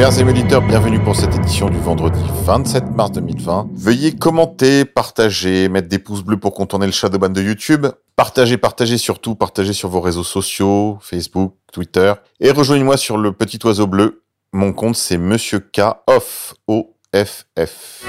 Chers émetteurs, bienvenue pour cette édition du vendredi 27 mars 2020. Veuillez commenter, partager, mettre des pouces bleus pour contourner le shadowban de YouTube. Partagez surtout, partagez sur vos réseaux sociaux, Facebook, Twitter. Et rejoignez-moi sur le petit oiseau bleu. Mon compte c'est Monsieur K, OFF, O-F-F.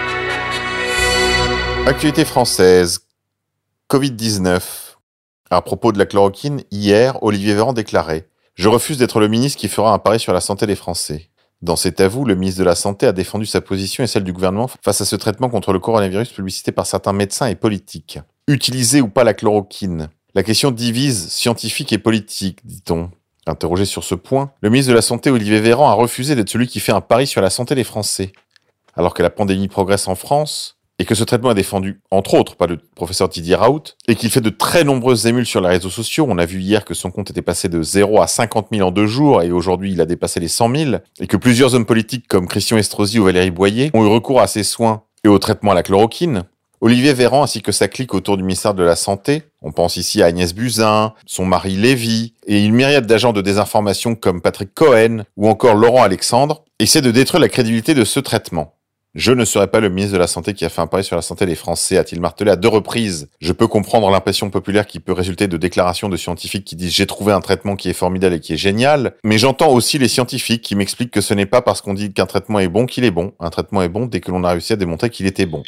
Actualité française, Covid-19. À propos de la chloroquine, hier, Olivier Véran déclarait « Je refuse d'être le ministre qui fera un pari sur la santé des Français ». Dans cet avou, le ministre de la Santé a défendu sa position et celle du gouvernement face à ce traitement contre le coronavirus publicité par certains médecins et politiques. Utiliser ou pas la chloroquine? La question divise scientifique et politique, dit-on. Interrogé sur ce point, le ministre de la Santé, Olivier Véran, a refusé d'être celui qui fait un pari sur la santé des Français. Alors que la pandémie progresse en France, et que ce traitement est défendu, entre autres, par le professeur Didier Raoult, et qu'il fait de très nombreuses émules sur les réseaux sociaux. On a vu hier que son compte était passé de 0 à 50 000 en 2 jours, et aujourd'hui il a dépassé les 100 000, et que plusieurs hommes politiques comme Christian Estrosi ou Valérie Boyer ont eu recours à ces soins et au traitement à la chloroquine. Olivier Véran ainsi que sa clique autour du ministère de la Santé, on pense ici à Agnès Buzyn, son mari Lévy, et une myriade d'agents de désinformation comme Patrick Cohen ou encore Laurent Alexandre, essaient de détruire la crédibilité de ce traitement. Je ne serai pas le ministre de la Santé qui a fait un pari sur la santé des Français, a-t-il martelé à 2 reprises. Je peux comprendre l'impression populaire qui peut résulter de déclarations de scientifiques qui disent « j'ai trouvé un traitement qui est formidable et qui est génial », mais j'entends aussi les scientifiques qui m'expliquent que ce n'est pas parce qu'on dit qu'un traitement est bon qu'il est bon. Un traitement est bon dès que l'on a réussi à démontrer qu'il était bon.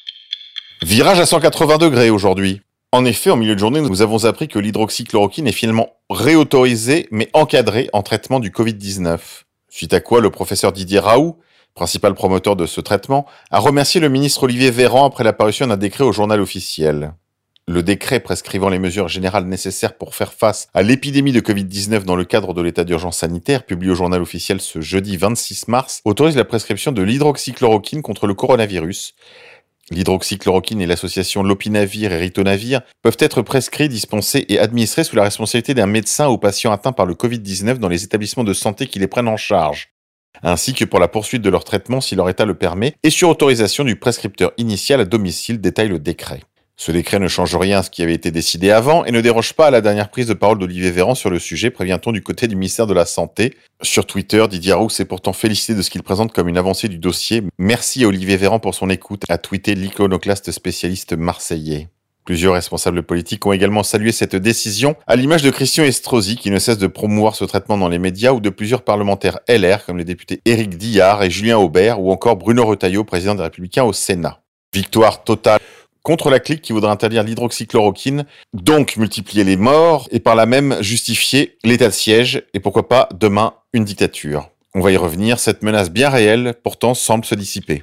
Virage à 180 degrés aujourd'hui. En effet, en milieu de journée, nous avons appris que l'hydroxychloroquine est finalement réautorisée mais encadrée en traitement du Covid-19. Suite à quoi le professeur Didier Raoult, principal promoteur de ce traitement, a remercié le ministre Olivier Véran après l'apparition d'un décret au journal officiel. Le décret prescrivant les mesures générales nécessaires pour faire face à l'épidémie de Covid-19 dans le cadre de l'état d'urgence sanitaire, publié au journal officiel ce jeudi 26 mars, autorise la prescription de l'hydroxychloroquine contre le coronavirus. L'hydroxychloroquine et l'association Lopinavir et Ritonavir peuvent être prescrits, dispensés et administrés sous la responsabilité d'un médecin aux patients atteints par le Covid-19 dans les établissements de santé qui les prennent en charge, ainsi que pour la poursuite de leur traitement si leur état le permet, et sur autorisation du prescripteur initial à domicile, détaille le décret. Ce décret ne change rien à ce qui avait été décidé avant et ne déroge pas à la dernière prise de parole d'Olivier Véran sur le sujet, prévient-on du côté du ministère de la Santé. Sur Twitter, Didier Raoult s'est pourtant félicité de ce qu'il présente comme une avancée du dossier. Merci à Olivier Véran pour son écoute, a tweeté l'iconoclaste spécialiste marseillais. Plusieurs responsables politiques ont également salué cette décision, à l'image de Christian Estrosi, qui ne cesse de promouvoir ce traitement dans les médias, ou de plusieurs parlementaires LR, comme les députés Éric Diard et Julien Aubert, ou encore Bruno Retailleau, président des Républicains au Sénat. Victoire totale contre la clique qui voudrait interdire l'hydroxychloroquine, donc multiplier les morts, et par là même justifier l'état de siège, et pourquoi pas, demain, une dictature. On va y revenir, cette menace bien réelle, pourtant, semble se dissiper.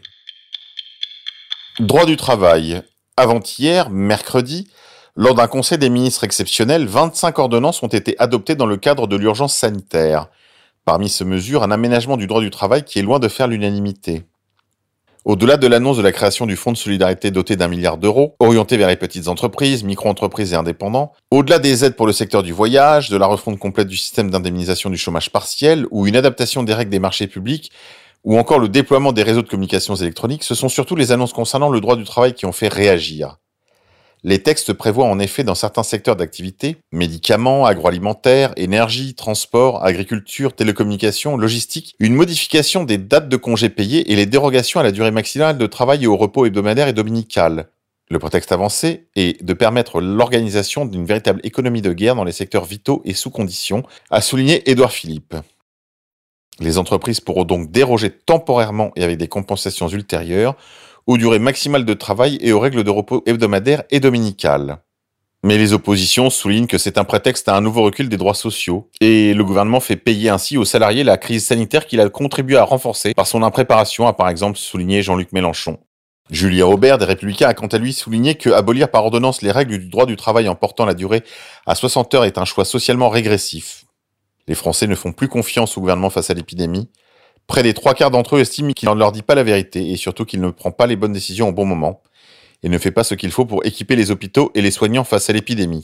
Droit du travail. Avant-hier, mercredi, lors d'un conseil des ministres exceptionnel, 25 ordonnances ont été adoptées dans le cadre de l'urgence sanitaire. Parmi ces mesures, un aménagement du droit du travail qui est loin de faire l'unanimité. Au-delà de l'annonce de la création du fonds de solidarité doté d'1 milliard d'euros, orienté vers les petites entreprises, micro-entreprises et indépendants, au-delà des aides pour le secteur du voyage, de la refonte complète du système d'indemnisation du chômage partiel ou une adaptation des règles des marchés publics, ou encore le déploiement des réseaux de communications électroniques, ce sont surtout les annonces concernant le droit du travail qui ont fait réagir. Les textes prévoient en effet dans certains secteurs d'activité, médicaments, agroalimentaire, énergie, transport, agriculture, télécommunications, logistique, une modification des dates de congés payés et les dérogations à la durée maximale de travail et au repos hebdomadaire et dominical. Le prétexte avancé est de permettre l'organisation d'une véritable économie de guerre dans les secteurs vitaux et sous conditions, a souligné Édouard Philippe. Les entreprises pourront donc déroger temporairement et avec des compensations ultérieures aux durées maximales de travail et aux règles de repos hebdomadaires et dominicales. Mais les oppositions soulignent que c'est un prétexte à un nouveau recul des droits sociaux, et le gouvernement fait payer ainsi aux salariés la crise sanitaire qu'il a contribué à renforcer par son impréparation, a par exemple souligné Jean-Luc Mélenchon. Julien Aubert des Républicains a quant à lui souligné que abolir par ordonnance les règles du droit du travail en portant la durée à 60 heures est un choix socialement régressif. Les Français ne font plus confiance au gouvernement face à l'épidémie. Près des 3/4 d'entre eux estiment qu'il ne leur dit pas la vérité et surtout qu'il ne prend pas les bonnes décisions au bon moment et ne fait pas ce qu'il faut pour équiper les hôpitaux et les soignants face à l'épidémie.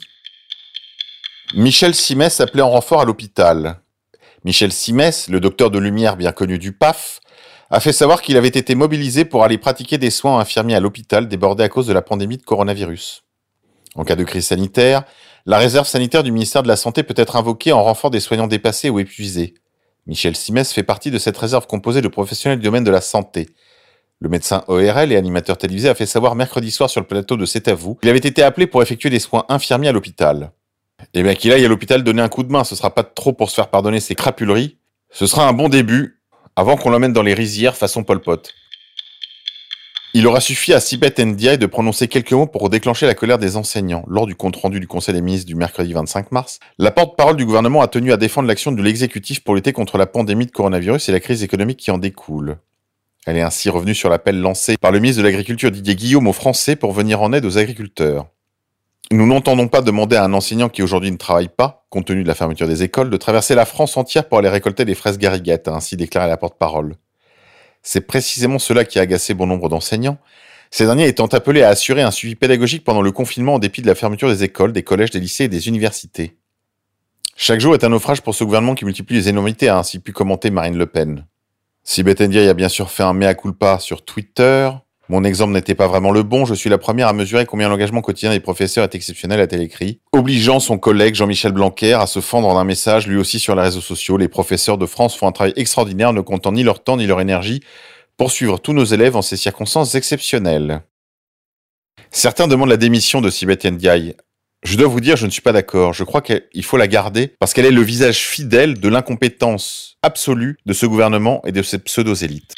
Michel Simès appelé en renfort à l'hôpital. Michel Simès, le docteur de lumière bien connu du PAF, a fait savoir qu'il avait été mobilisé pour aller pratiquer des soins infirmiers à l'hôpital débordé à cause de la pandémie de coronavirus. En cas de crise sanitaire, la réserve sanitaire du ministère de la Santé peut être invoquée en renfort des soignants dépassés ou épuisés. Michel Simès fait partie de cette réserve composée de professionnels du domaine de la santé. Le médecin ORL et animateur télévisé a fait savoir mercredi soir sur le plateau de C'est à vous qu'il avait été appelé pour effectuer des soins infirmiers à l'hôpital. Eh bien qu'il aille à l'hôpital donner un coup de main, ce sera pas trop pour se faire pardonner ses crapuleries. Ce sera un bon début, avant qu'on l'emmène dans les rizières façon Pol Pot. Il aura suffi à Sibeth Ndiaye de prononcer quelques mots pour déclencher la colère des enseignants. Lors du compte-rendu du Conseil des ministres du mercredi 25 mars, la porte-parole du gouvernement a tenu à défendre l'action de l'exécutif pour lutter contre la pandémie de coronavirus et la crise économique qui en découle. Elle est ainsi revenue sur l'appel lancé par le ministre de l'Agriculture Didier Guillaume aux Français pour venir en aide aux agriculteurs. Nous n'entendons pas demander à un enseignant qui aujourd'hui ne travaille pas, compte tenu de la fermeture des écoles, de traverser la France entière pour aller récolter des fraises gariguettes, a ainsi déclaré la porte-parole. C'est précisément cela qui a agacé bon nombre d'enseignants, ces derniers étant appelés à assurer un suivi pédagogique pendant le confinement en dépit de la fermeture des écoles, des collèges, des lycées et des universités. Chaque jour est un naufrage pour ce gouvernement qui multiplie les énormités, a ainsi pu commenter Marine Le Pen. Sibeth Ndiaye a bien sûr fait un mea culpa sur Twitter. Mon exemple n'était pas vraiment le bon, je suis la première à mesurer combien l'engagement quotidien des professeurs est exceptionnel, a-t-elle écrit, obligeant son collègue Jean-Michel Blanquer à se fendre en un message lui aussi sur les réseaux sociaux. Les professeurs de France font un travail extraordinaire, ne comptant ni leur temps ni leur énergie pour suivre tous nos élèves en ces circonstances exceptionnelles. Certains demandent la démission de Sibeth Ndiaye. Je dois vous dire, je ne suis pas d'accord. Je crois qu'il faut la garder parce qu'elle est le visage fidèle de l'incompétence absolue de ce gouvernement et de ses pseudo-élites.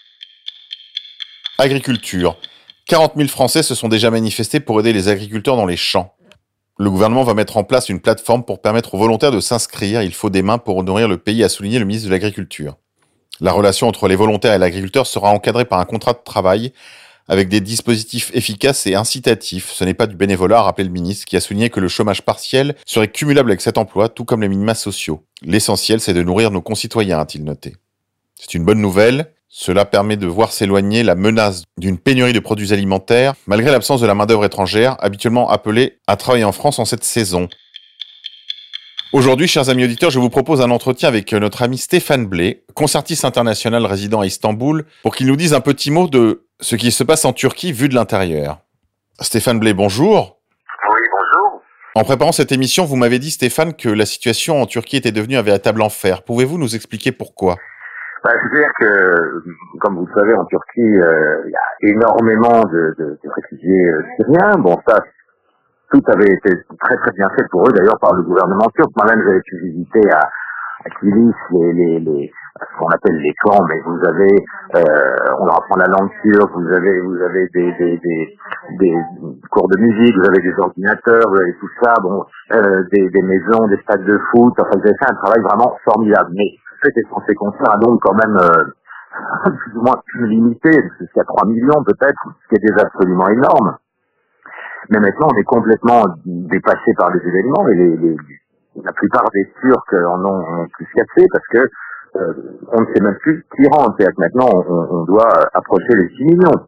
Agriculture. 40 000 Français se sont déjà manifestés pour aider les agriculteurs dans les champs. Le gouvernement va mettre en place une plateforme pour permettre aux volontaires de s'inscrire. Il faut des mains pour nourrir le pays, a souligné le ministre de l'Agriculture. La relation entre les volontaires et l'agriculteur sera encadrée par un contrat de travail avec des dispositifs efficaces et incitatifs. Ce n'est pas du bénévolat, a rappelé le ministre, qui a souligné que le chômage partiel serait cumulable avec cet emploi, tout comme les minima sociaux. L'essentiel, c'est de nourrir nos concitoyens, a-t-il noté. C'est une bonne nouvelle. Cela permet de voir s'éloigner la menace d'une pénurie de produits alimentaires, malgré l'absence de la main-d'œuvre étrangère, habituellement appelée à travailler en France en cette saison. Aujourd'hui, chers amis auditeurs, je vous propose un entretien avec notre ami Stéphane Blé, concertiste international résident à Istanbul, pour qu'il nous dise un petit mot de ce qui se passe en Turquie vu de l'intérieur. Stéphane Blé, bonjour. Oui, bonjour. En préparant cette émission, vous m'avez dit, Stéphane, que la situation en Turquie était devenue un véritable enfer. Pouvez-vous nous expliquer pourquoi ? C'est-à-dire que, comme vous le savez, en Turquie, il y a énormément de réfugiés syriens. Bon, ça, tout avait été très très bien fait pour eux, d'ailleurs, par le gouvernement turc. Moi-même, j'avais pu visiter à Kilis ce qu'on appelle les camps, mais vous avez, on leur apprend la langue turque, vous avez des cours de musique, vous avez des ordinateurs, vous avez tout ça, bon, des maisons, des stades de foot. Enfin, vous avez fait un travail vraiment formidable. Mais fait est censé contenir un nombre quand même plus ou moins limité, jusqu'à 3 millions peut-être, ce qui est déjà absolument énorme. Mais maintenant, on est complètement dépassé par les événements et la plupart des Turcs en ont plus cassé parce que on ne sait même plus qui rentre. C'est-à-dire que maintenant, on doit approcher les 6 millions.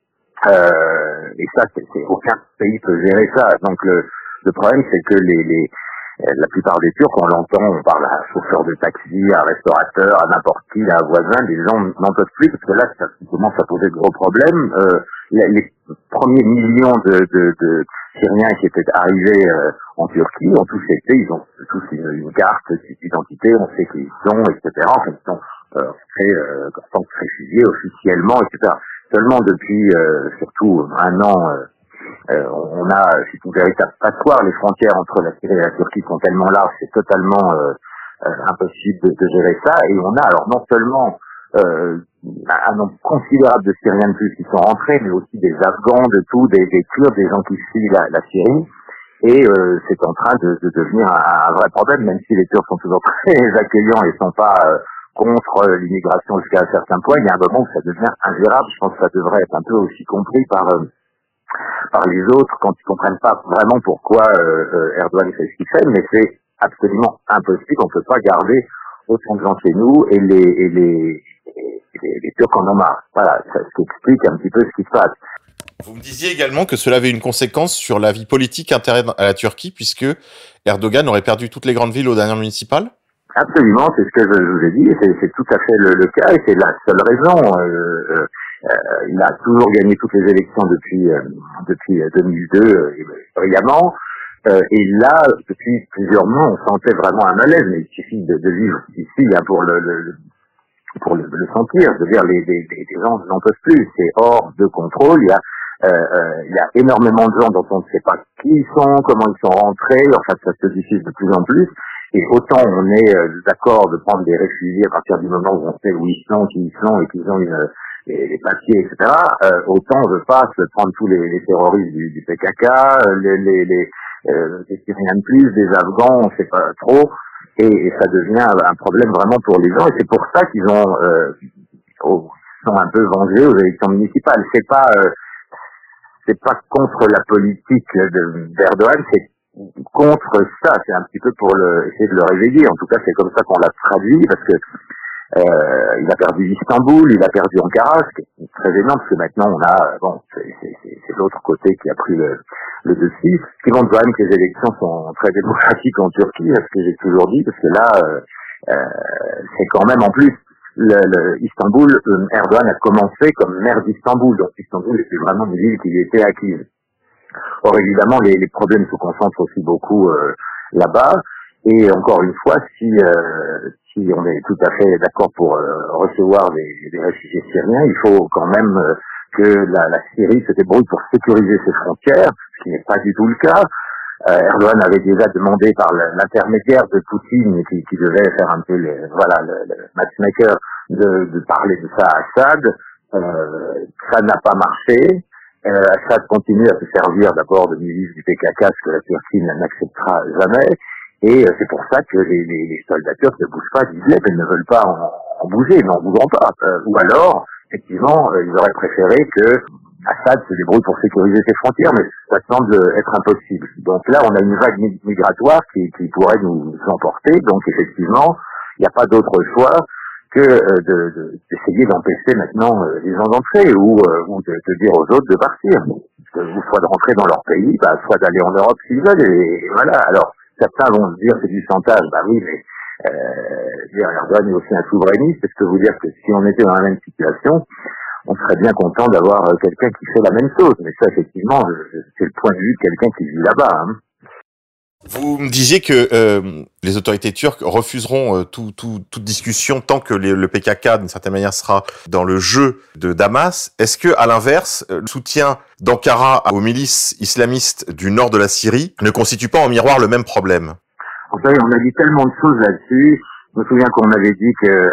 Et ça, aucun pays peut gérer ça. Donc le problème, c'est que la plupart des Turcs, on l'entend, on parle à un chauffeur de taxi, à un restaurateur, à n'importe qui, à un voisin, les gens n'en peuvent plus parce que là, ça commence à poser de gros problèmes. Les premiers millions de Syriens qui étaient arrivés en Turquie ont tous été, ils ont tous une carte d'identité, on sait qui ils sont, etc. Enfin, ils sont faits en tant que réfugiés officiellement, etc. Seulement depuis surtout un an, on a, c'est une véritable passoire. Les frontières entre la Syrie et la Turquie sont tellement larges, c'est totalement impossible de gérer ça. Et on a alors non seulement un nombre considérable de Syriens de plus qui sont rentrés, mais aussi des Afghans, de tout, des Kurdes, des gens qui fuient la Syrie. Et c'est en train de devenir un vrai problème, même si les Turcs sont toujours très accueillants et sont pas contre l'immigration jusqu'à un certain point. Il y a un moment où ça devient ingérable. Je pense que ça devrait être un peu aussi compris par les autres quand ils comprennent pas vraiment pourquoi Erdogan fait ce qu'il fait, mais c'est absolument impossible. On peut pas garder autant de gens chez nous et les Turcs en ont marre. Voilà, ça explique un petit peu ce qui se passe. Vous me disiez également que cela avait une conséquence sur la vie politique intérieure à la Turquie, puisque Erdogan aurait perdu toutes les grandes villes aux dernières municipales. Absolument, c'est ce que je vous ai dit, c'est tout à fait le cas, et c'est la seule raison. Il a toujours gagné toutes les élections depuis 2002, brillamment. Et là, depuis plusieurs mois, on sentait vraiment un malaise, mais il suffit de vivre ici pour le sentir. Je veux dire, les gens n'en peuvent plus. C'est hors de contrôle. Il y a énormément de gens dont on ne sait pas qui ils sont, comment ils sont rentrés. Enfin, ça se diffuse de plus en plus. Et autant on est d'accord de prendre des réfugiés à partir du moment où on sait où ils sont, qui ils sont et qu'ils ont les papiers, etc. Autant on veut pas se prendre tous les terroristes du PKK, les Syriens de plus, des Afghans, on sait pas trop. Et ça devient un problème vraiment pour les gens. Et c'est pour ça qu'ils sont un peu vengés aux élections municipales. C'est pas contre la politique d'Erdogan, c'est contre ça. C'est un petit peu pour essayer de le réveiller. En tout cas, c'est comme ça qu'on l'a traduit, parce que il a perdu Istanbul, il a perdu Ankara, ce qui est très énorme, parce que maintenant on a, c'est l'autre côté qui a pris le dessus. Ce qui montre quand même que les élections sont très démocratiques en Turquie, ce que j'ai toujours dit, parce que là, c'est quand même en plus, Istanbul, Erdogan a commencé comme maire d'Istanbul, donc Istanbul était vraiment une ville qui lui était acquise. Or évidemment, les problèmes se concentrent aussi beaucoup là-bas. Et encore une fois, si on est tout à fait d'accord pour recevoir des réfugiés syriens, il faut quand même que la Syrie se débrouille pour sécuriser ses frontières, ce qui n'est pas du tout le cas. Erdogan avait déjà demandé par l'intermédiaire de Poutine, qui devait faire un peu le matchmaker, de parler de ça à Assad. Ça n'a pas marché. Assad continue à se servir d'abord de milices du PKK, ce que la Turquie n'acceptera jamais. Et c'est pour ça que les soldats turcs ne bougent pas d'Idlib, ils ne veulent pas en bouger, ils n'en bougeront pas. Ou alors, effectivement, ils auraient préféré que Assad se débrouille pour sécuriser ses frontières, mais ça semble être impossible. Donc là, on a une vague migratoire qui pourrait nous emporter. Donc effectivement, il n'y a pas d'autre choix que d'essayer d'empêcher maintenant les gens d'entrer ou de dire aux autres de partir. Soit de rentrer dans leur pays, soit d'aller en Europe s'ils veulent. Et voilà. Alors, certains vont se dire c'est du chantage. Bah oui, mais Erdogan est aussi un souverainiste. Je peux vous dire que si on était dans la même situation, on serait bien content d'avoir quelqu'un qui fait la même chose. Mais ça, effectivement, c'est le point de vue de quelqu'un qui vit là-bas. Hein. Vous me disiez que les autorités turques refuseront toute discussion tant que le PKK, d'une certaine manière, sera dans le jeu de Damas. Est-ce que, à l'inverse, le soutien d'Ankara aux milices islamistes du nord de la Syrie ne constitue pas en miroir le même problème? Vous savez, on a dit tellement de choses là-dessus. Je me souviens qu'on avait dit que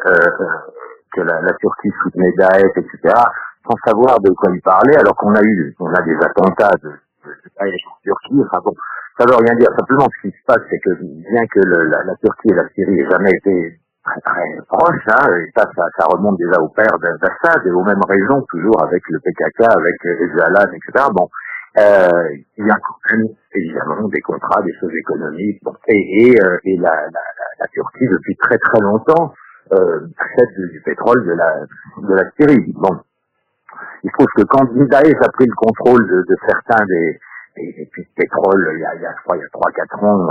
la Turquie soutenait Daesh, etc., sans savoir de quoi il parlait, alors qu'on a des attentats de Daesh en Turquie. Enfin bon, ça veut rien dire. Simplement, ce qui se passe, c'est que bien que la Turquie et la Syrie aient jamais été très très proches, et ça remonte déjà au père d'Assad et aux mêmes raisons, toujours avec le PKK, avec Öcalan, etc. Bon, il y a quand même évidemment des contrats, des choses économiques. Bon, et la Turquie depuis très très longtemps achète du pétrole de la Syrie. Bon, il se trouve que quand Daesh a pris le contrôle de certains des puits de pétrole, il y a 3-4 ans,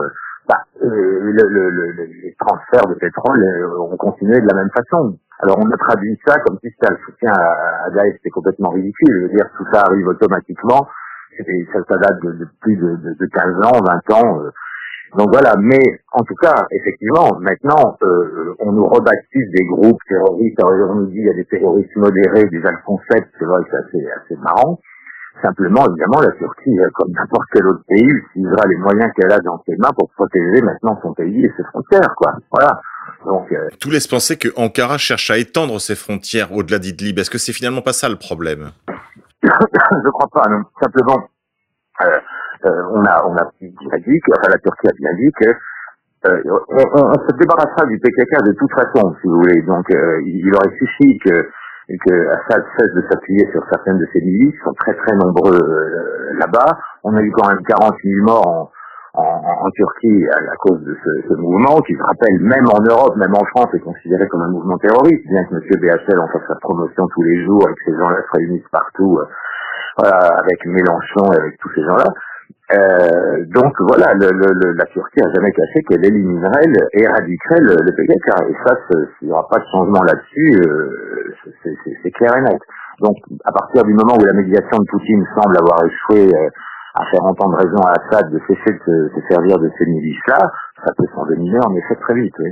les transferts de pétrole ont continué de la même façon. Alors on a traduit ça comme si c'était un soutien à Daesh, c'est complètement ridicule. Je veux dire, tout ça arrive automatiquement. Ça date de plus de 15 ans, 20 ans. Donc voilà, mais en tout cas, effectivement, maintenant, on nous rebaptise des groupes terroristes. Alors, on nous dit il y a des terroristes modérés, des Al-Concept, c'est vrai que c'est assez marrant. Simplement, évidemment, la Turquie, comme n'importe quel autre pays, utilisera les moyens qu'elle a dans ses mains pour protéger maintenant son pays et ses frontières, quoi. Voilà. Donc, tout laisse penser que Ankara cherche à étendre ses frontières au-delà d'Idlib. Est-ce que c'est finalement pas ça le problème? Je crois pas, non. Simplement, on a bien dit la Turquie a bien dit que on se débarrassera du PKK de toute façon, si vous voulez. Donc, il aurait suffi que Assad cesse de s'appuyer sur certaines de ses milices, qui sont très très nombreux là-bas. On a eu quand même 40 000 morts en Turquie à cause de ce mouvement, qui se rappelle même en Europe, même en France, est considéré comme un mouvement terroriste, bien que M. BHL en fasse sa promotion tous les jours et que ces gens-là se réunissent partout, avec Mélenchon et avec tous ces gens-là. Donc voilà, la Turquie a jamais caché qu'elle éliminerait, éradiquerait le PKK. Et ça, s'il n'y aura pas de changement là-dessus, c'est clair et net. Donc, à partir du moment où la médiation de Poutine semble avoir échoué à faire entendre raison à Assad de cesser de se servir de ces milices-là, ça peut s'envenimer en effet très vite, oui.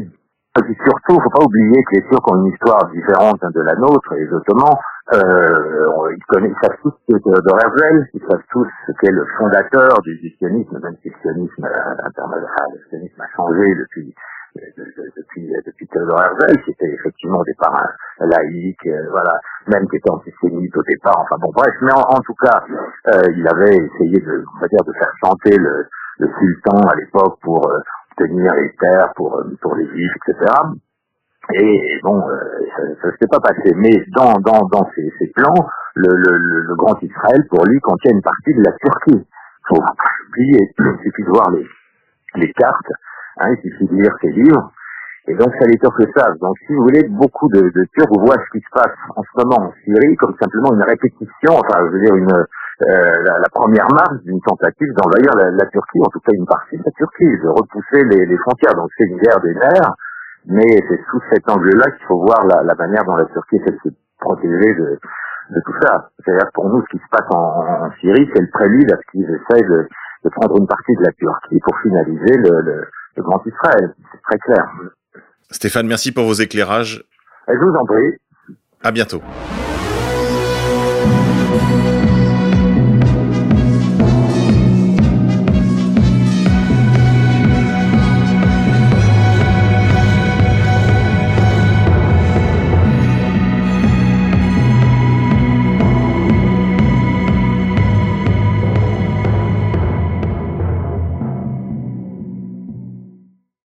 Et puis surtout, faut pas oublier que les Turcs ont une histoire différente de la nôtre, et les Ottomans, ils savent tous ce qu'est Théodore Herzl, ils savent tous ce qu'est le fondateur du sionisme, même si le sionisme a changé depuis Théodore Herzl, qui était effectivement au départ un laïque, voilà, même qui était antisémite au départ, enfin bon bref, mais en tout cas, il avait essayé de faire chanter le sultan à l'époque pour tenir les terres pour les juifs, etc. Et bon, ça ne s'est pas passé. Mais dans ces plans, le Grand Israël, pour lui, contient une partie de la Turquie. Faut pas oublier, il suffit de voir les cartes, il suffit de lire ses livres. Et donc, ça les Turcs le savent. Donc, si vous voulez, beaucoup de Turcs voient ce qui se passe en ce moment en Syrie comme simplement une répétition, enfin, je veux dire, la première marche d'une tentative d'envahir la Turquie, en tout cas une partie de la Turquie, de repousser les frontières. Donc, c'est une guerre des nerfs. Mais c'est sous cet angle-là qu'il faut voir la manière dont la Turquie essaie de se protéger de tout ça. C'est-à-dire que pour nous, ce qui se passe en Syrie, c'est le prélude à ce qu'ils essaient de prendre une partie de la Turquie pour finaliser le Grand Israël. C'est très clair. Stéphane, merci pour vos éclairages. Et je vous en prie. À bientôt.